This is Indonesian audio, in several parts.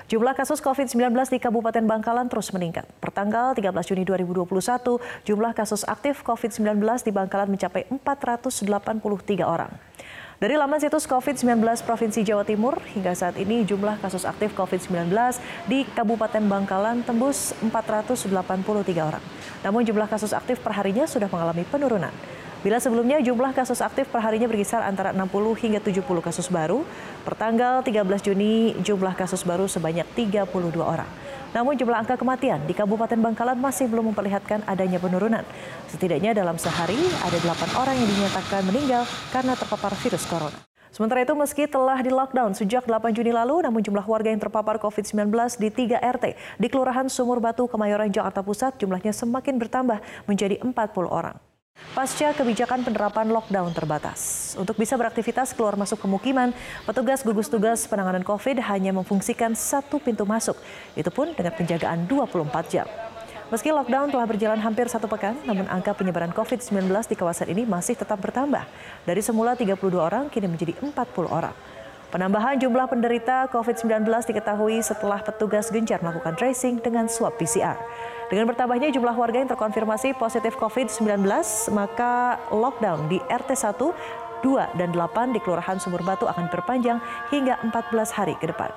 Jumlah kasus COVID-19 di Kabupaten Bangkalan terus meningkat. Pertanggal 13 Juni 2021, jumlah kasus aktif COVID-19 di Bangkalan mencapai 483 orang. Dari laman situs COVID-19 Provinsi Jawa Timur, hingga saat ini jumlah kasus aktif COVID-19 di Kabupaten Bangkalan tembus 483 orang. Namun jumlah kasus aktif perharinya sudah mengalami penurunan. Bila sebelumnya jumlah kasus aktif perharinya berkisar antara 60 hingga 70 kasus baru, pertanggal 13 Juni jumlah kasus baru sebanyak 32 orang. Namun jumlah angka kematian di Kabupaten Bangkalan masih belum memperlihatkan adanya penurunan. Setidaknya dalam sehari ada 8 orang yang dinyatakan meninggal karena terpapar virus corona. Sementara itu, meski telah di-lockdown sejak 8 Juni lalu, namun jumlah warga yang terpapar COVID-19 di 3 RT di Kelurahan Sumur Batu, Kemayoran, Jakarta Pusat jumlahnya semakin bertambah menjadi 40 orang. Pasca kebijakan penerapan lockdown terbatas. Untuk bisa beraktivitas keluar masuk pemukiman, petugas gugus tugas penanganan COVID hanya memfungsikan satu pintu masuk. Itu pun dengan penjagaan 24 jam. Meski lockdown telah berjalan hampir 1 pekan, namun angka penyebaran COVID-19 di kawasan ini masih tetap bertambah. Dari semula 32 orang, kini menjadi 40 orang. Penambahan jumlah penderita COVID-19 diketahui setelah petugas gencar melakukan tracing dengan swab PCR. Dengan bertambahnya jumlah warga yang terkonfirmasi positif COVID-19, maka lockdown di RT 1, 2, dan 8 di Kelurahan Sumur Batu akan diperpanjang hingga 14 hari ke depan.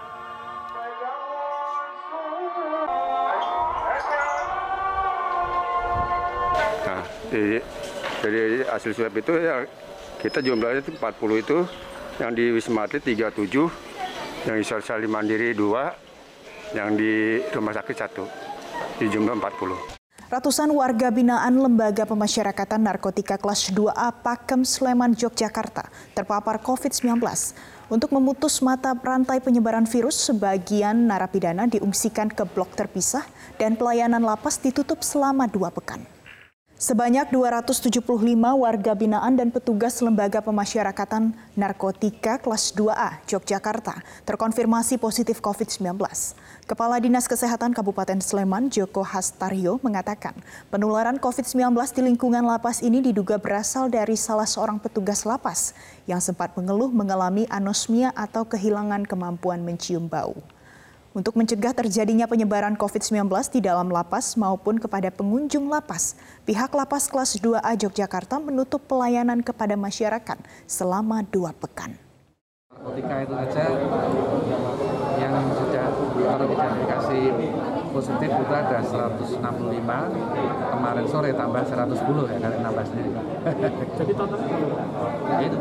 Nah, dari hasil swab itu ya kita jumlahnya itu 40 itu, yang di Wisma Atlet 37, yang isolasi mandiri 2, yang di rumah sakit 1. Di jumlah 40. Ratusan warga binaan Lembaga Pemasyarakatan Narkotika Kelas 2A Pakem Sleman, Yogyakarta terpapar COVID-19. Untuk memutus mata rantai penyebaran virus, sebagian narapidana diungsikan ke blok terpisah dan pelayanan lapas ditutup selama 2 pekan. Sebanyak 275 warga binaan dan petugas Lembaga Pemasyarakatan Narkotika Kelas 2A Yogyakarta terkonfirmasi positif COVID-19. Kepala Dinas Kesehatan Kabupaten Sleman, Joko Hastaryo, mengatakan penularan COVID-19 di lingkungan lapas ini diduga berasal dari salah seorang petugas lapas yang sempat mengeluh mengalami anosmia atau kehilangan kemampuan mencium bau. Untuk mencegah terjadinya penyebaran COVID-19 di dalam lapas maupun kepada pengunjung lapas, pihak Lapas Kelas 2A Yogyakarta menutup pelayanan kepada masyarakat selama 2 pekan. Narkotika itu saja yang sudah teridentifikasi positif itu ada 165, kemarin sore tambah 110 ya, kali nambah sendiri. Jadi total? Itu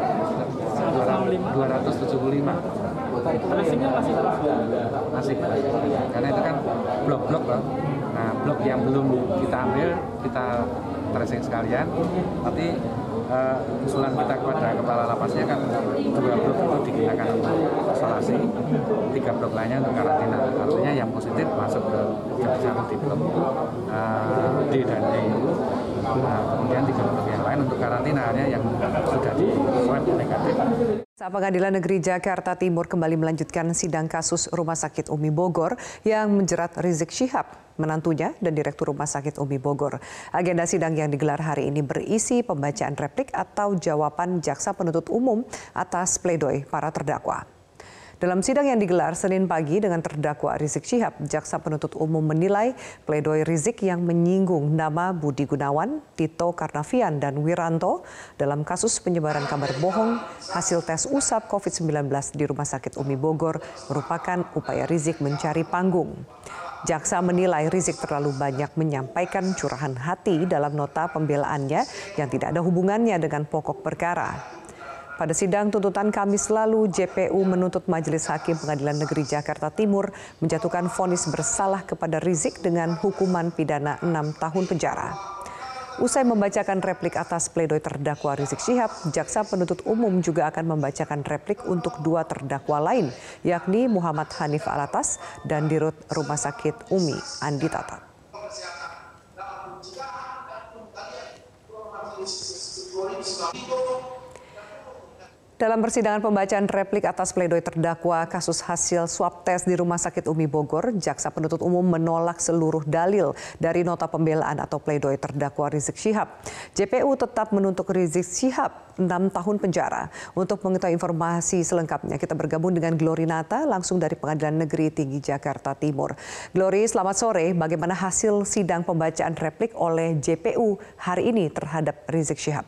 275. Tracingnya masih terus? Masih, karena itu kan blok-blok loh. Nah, blok yang belum kita ambil, kita tracing sekalian. Tapi usulan kita kepada kepala lapasnya kan 2 blok itu digunakan untuk isolasi, 3 blok lainnya untuk karantina. Artinya yang positif masuk ke satu di blok D dan E. Kemudian 3 blok yang lain untuk karantinanya yang sudah di swab negatif. Pengadilan Negeri Jakarta Timur kembali melanjutkan sidang kasus Rumah Sakit Umi Bogor yang menjerat Rizik Syihab, menantunya dan Direktur Rumah Sakit Umi Bogor. Agenda sidang yang digelar hari ini berisi pembacaan replik atau jawaban jaksa penuntut umum atas pledoi para terdakwa. Dalam sidang yang digelar Senin pagi dengan terdakwa Rizik Syihab, jaksa penuntut umum menilai pledoi Rizik yang menyinggung nama Budi Gunawan, Tito Karnavian, dan Wiranto dalam kasus penyebaran kabar bohong hasil tes usap COVID-19 di Rumah Sakit Umi Bogor merupakan upaya Rizik mencari panggung. Jaksa menilai Rizik terlalu banyak menyampaikan curahan hati dalam nota pembelaannya yang tidak ada hubungannya dengan pokok perkara. Pada sidang tuntutan Kamis lalu, JPU menuntut Majelis Hakim Pengadilan Negeri Jakarta Timur menjatuhkan vonis bersalah kepada Rizik dengan hukuman pidana 6 tahun penjara. Usai membacakan replik atas pledoi terdakwa Rizik Syihab, jaksa penuntut umum juga akan membacakan replik untuk 2 terdakwa lain, yakni Muhammad Hanif Alatas dan Dirut Rumah Sakit Umi, Andi Tatat. Dalam persidangan pembacaan replik atas pledoi terdakwa kasus hasil swab tes di Rumah Sakit Umi Bogor, jaksa penuntut umum menolak seluruh dalil dari nota pembelaan atau pledoi terdakwa Rizik Syihab. JPU tetap menuntut Rizik Syihab 6 tahun penjara. Untuk mengetahui informasi selengkapnya, kita bergabung dengan Glory Nata langsung dari Pengadilan Negeri Tinggi Jakarta Timur. Glory, selamat sore. Bagaimana hasil sidang pembacaan replik oleh JPU hari ini terhadap Rizik Syihab?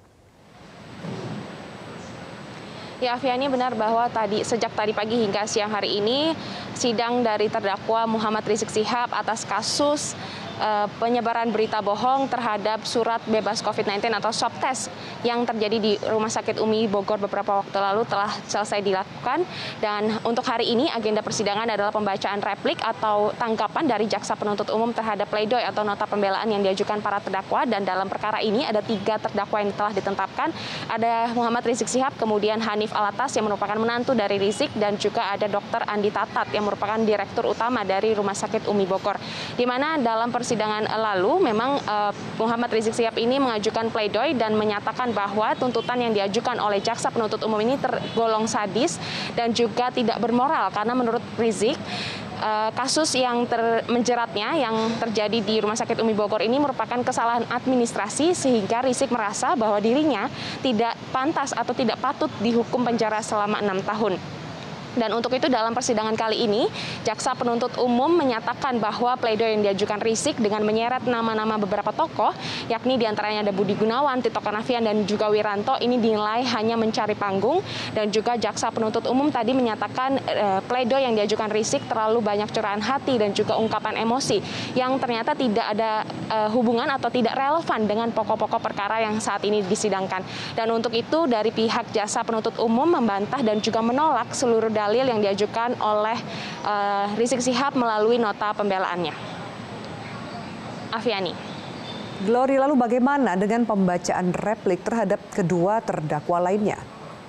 Ya, Afiani, benar bahwa sejak tadi pagi hingga siang hari ini sidang dari terdakwa Muhammad Rizik Syihab atas kasus penyebaran berita bohong terhadap surat bebas COVID-19 atau swab test yang terjadi di Rumah Sakit Umi Bogor beberapa waktu lalu telah selesai dilakukan. Dan untuk hari ini agenda persidangan adalah pembacaan replik atau tanggapan dari jaksa penuntut umum terhadap pledoi atau nota pembelaan yang diajukan para terdakwa. Dan dalam perkara ini ada 3 terdakwa yang telah ditetapkan. Ada Muhammad Rizik Syihab, kemudian Hanif Alatas yang merupakan menantu dari Rizik, dan juga ada Dr. Andi Tatat yang merupakan direktur utama dari Rumah Sakit Umi Bogor. Di mana dalam persidangan lalu memang Muhammad Rizik Syihab ini mengajukan pledoi dan menyatakan bahwa tuntutan yang diajukan oleh jaksa penuntut umum ini tergolong sadis dan juga tidak bermoral, karena menurut Rizik kasus yang menjeratnya yang terjadi di Rumah Sakit Umi Bogor ini merupakan kesalahan administrasi, sehingga Rizik merasa bahwa dirinya tidak pantas atau tidak patut dihukum penjara selama 6 tahun. Dan untuk itu dalam persidangan kali ini, jaksa penuntut umum menyatakan bahwa pledoi yang diajukan Rizik dengan menyeret nama-nama beberapa tokoh, yakni diantaranya ada Budi Gunawan, Tito Karnavian, dan juga Wiranto, ini dinilai hanya mencari panggung. Dan juga jaksa penuntut umum tadi menyatakan pledoi yang diajukan Rizik terlalu banyak curahan hati dan juga ungkapan emosi yang ternyata tidak ada hubungan atau tidak relevan dengan pokok-pokok perkara yang saat ini disidangkan. Dan untuk itu dari pihak jaksa penuntut umum membantah dan juga menolak seluruh dalil yang diajukan oleh Rizik Syihab melalui nota pembelaannya. Afiani. Glory, lalu bagaimana dengan pembacaan replik terhadap kedua terdakwa lainnya?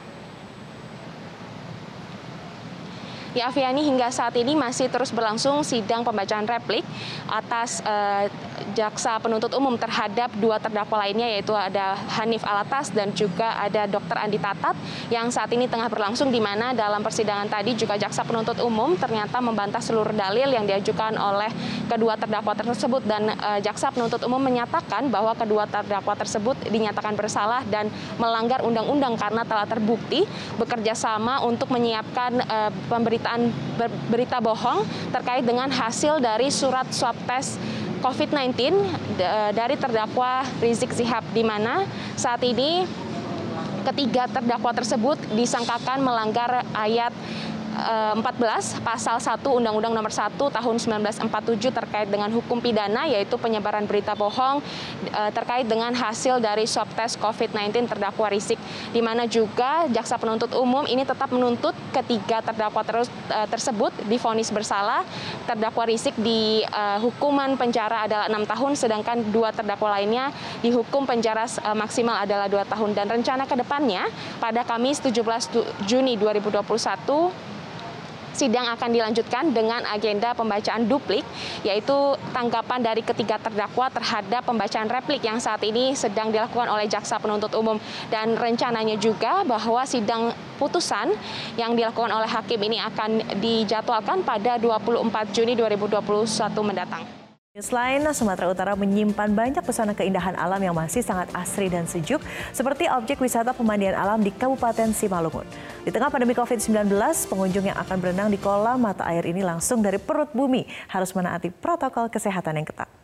Ya, Afiani, hingga saat ini masih terus berlangsung sidang pembacaan replik atas jaksa penuntut umum terhadap 2 terdakwa lainnya, yaitu ada Hanif Alatas dan juga ada Dr. Andi Tatat yang saat ini tengah berlangsung, di mana dalam persidangan tadi juga jaksa penuntut umum ternyata membantah seluruh dalil yang diajukan oleh kedua terdakwa tersebut, dan jaksa penuntut umum menyatakan bahwa kedua terdakwa tersebut dinyatakan bersalah dan melanggar undang-undang karena telah terbukti bekerja sama untuk menyiapkan berita bohong terkait dengan hasil dari surat swab tes COVID-19 dari terdakwa Rizik Syihab, di mana saat ini ketiga terdakwa tersebut disangkakan melanggar ayat 14 pasal 1 Undang-Undang Nomor 1 Tahun 1947 terkait dengan hukum pidana, yaitu penyebaran berita bohong terkait dengan hasil dari swab tes COVID-19 terdakwa Rizik, di mana juga jaksa penuntut umum ini tetap menuntut ketiga terdakwa tersebut divonis bersalah. Terdakwa Rizik di hukuman penjara adalah 6 tahun, sedangkan 2 terdakwa lainnya dihukum penjara maksimal adalah 2 tahun. Dan rencana ke depannya pada Kamis 17 Juni 2021 sidang akan dilanjutkan dengan agenda pembacaan duplik, yaitu tanggapan dari ketiga terdakwa terhadap pembacaan replik yang saat ini sedang dilakukan oleh jaksa penuntut umum. Dan rencananya juga bahwa sidang putusan yang dilakukan oleh hakim ini akan dijadwalkan pada 24 Juni 2021 mendatang. Selain Sumatera Utara menyimpan banyak pesona keindahan alam yang masih sangat asri dan sejuk, seperti objek wisata pemandian alam di Kabupaten Simalungun. Di tengah pandemi COVID-19, pengunjung yang akan berenang di kolam mata air ini langsung dari perut bumi harus menaati protokol kesehatan yang ketat.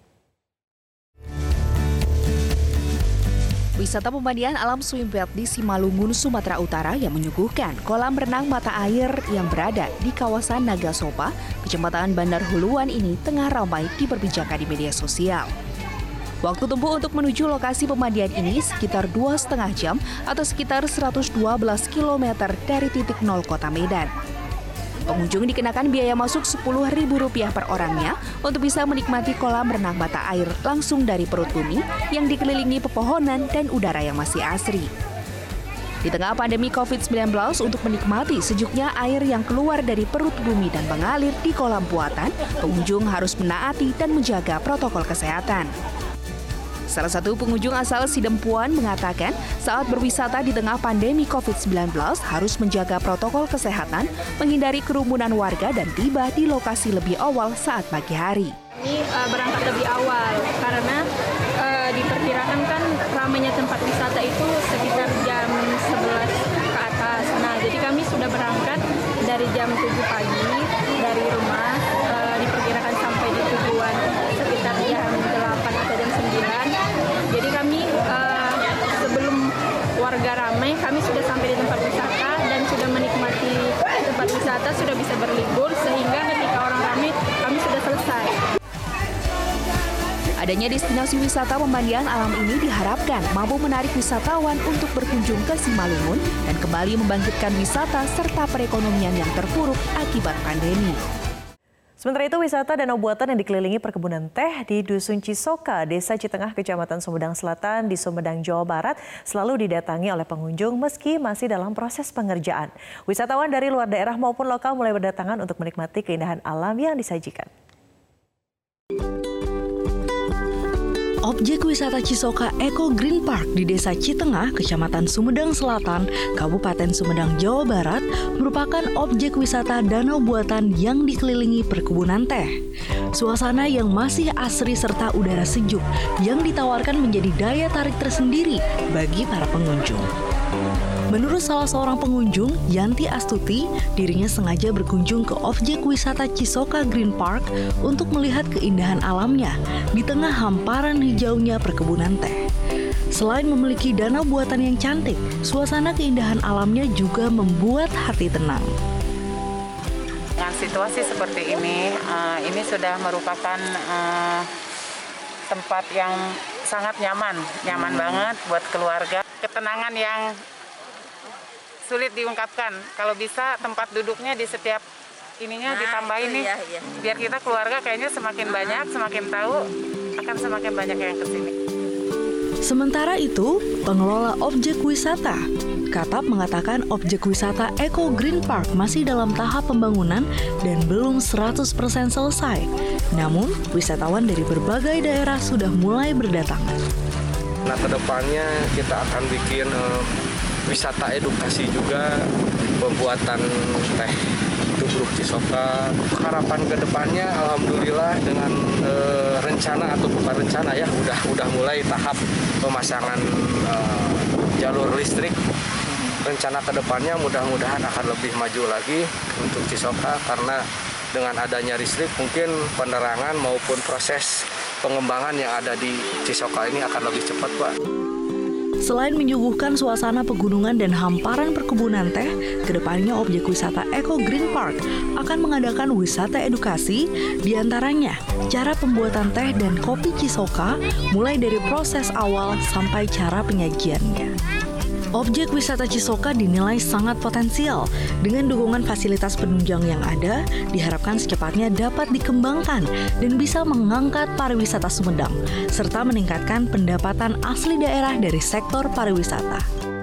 Wisata pemandian alam swimbad di Simalungun, Sumatera Utara yang menyuguhkan kolam renang mata air yang berada di kawasan Nagasopa, Kecamatan Bandar Huluan ini tengah ramai diperbincangkan di media sosial. Waktu tempuh untuk menuju lokasi pemandian ini sekitar 2,5 jam atau sekitar 112 km dari titik nol kota Medan. Pengunjung dikenakan biaya masuk Rp10.000 per orangnya untuk bisa menikmati kolam renang mata air langsung dari perut bumi yang dikelilingi pepohonan dan udara yang masih asri. Di tengah pandemi COVID-19, untuk menikmati sejuknya air yang keluar dari perut bumi dan mengalir di kolam buatan, pengunjung harus menaati dan menjaga protokol kesehatan. Salah satu pengunjung asal Sidempuan mengatakan saat berwisata di tengah pandemi COVID-19 harus menjaga protokol kesehatan, menghindari kerumunan warga dan tiba di lokasi lebih awal saat pagi hari. Kami berangkat lebih awal karena diperkirakan kan ramainya tempat wisata itu sekitar jam 11 ke atas. Nah, jadi kami sudah berangkat dari jam 7 pagi dari rumah, diperkirakan sampai di tujuan sekitar jam 8 atau jam 9. Jadi kami sebelum warga ramai, kami sudah sampai di tempat wisata dan sudah menikmati tempat wisata, sudah bisa berlibur sehingga ketika orang ramai kami sudah selesai. Adanya destinasi wisata pemandian alam ini diharapkan mampu menarik wisatawan untuk berkunjung ke Simalungun dan kembali membangkitkan wisata serta perekonomian yang terpuruk akibat pandemi. Sementara itu, wisata danau buatan yang dikelilingi perkebunan teh di Dusun Cisoka, Desa Citengah, Kecamatan Sumedang Selatan di Sumedang, Jawa Barat selalu didatangi oleh pengunjung meski masih dalam proses pengerjaan. Wisatawan dari luar daerah maupun lokal mulai berdatangan untuk menikmati keindahan alam yang disajikan. Objek wisata Cisoka Eco Green Park di Desa Citengah, Kecamatan Sumedang Selatan, Kabupaten Sumedang, Jawa Barat, merupakan objek wisata danau buatan yang dikelilingi perkebunan teh. Suasana yang masih asri serta udara sejuk yang ditawarkan menjadi daya tarik tersendiri bagi para pengunjung. Menurut salah seorang pengunjung, Yanti Astuti, dirinya sengaja berkunjung ke objek wisata Cisoka Green Park untuk melihat keindahan alamnya di tengah hamparan hijaunya perkebunan teh. Selain memiliki danau buatan yang cantik, suasana keindahan alamnya juga membuat hati tenang. Dengan situasi seperti ini sudah merupakan tempat yang sangat nyaman banget buat keluarga. Ketenangan yang sulit diungkapkan. Kalau bisa tempat duduknya di setiap ininya ditambahin nih, biar kita keluarga kayaknya semakin banyak, semakin tahu, akan semakin banyak yang kesini. Sementara itu, pengelola objek wisata Katap mengatakan objek wisata Eco Green Park masih dalam tahap pembangunan dan belum 100% selesai. Namun, wisatawan dari berbagai daerah sudah mulai berdatangan. Nah, kedepannya kita akan bikin wisata edukasi juga, pembuatan teh tubruk Cisoka. Harapan kedepannya, alhamdulillah dengan rencana atau bukan rencana ya, udah mulai tahap pemasangan jalur listrik. Rencana kedepannya mudah-mudahan akan lebih maju lagi untuk Cisoka karena dengan adanya listrik mungkin penerangan maupun proses pengembangan yang ada di Cisoka ini akan lebih cepat, Pak. Selain menyuguhkan suasana pegunungan dan hamparan perkebunan teh, kedepannya objek wisata Eco Green Park akan mengadakan wisata edukasi, diantaranya cara pembuatan teh dan kopi Cisoka, mulai dari proses awal sampai cara penyajiannya. Objek wisata Cisoka dinilai sangat potensial. Dengan dukungan fasilitas penunjang yang ada, diharapkan secepatnya dapat dikembangkan dan bisa mengangkat pariwisata Sumedang, serta meningkatkan pendapatan asli daerah dari sektor pariwisata.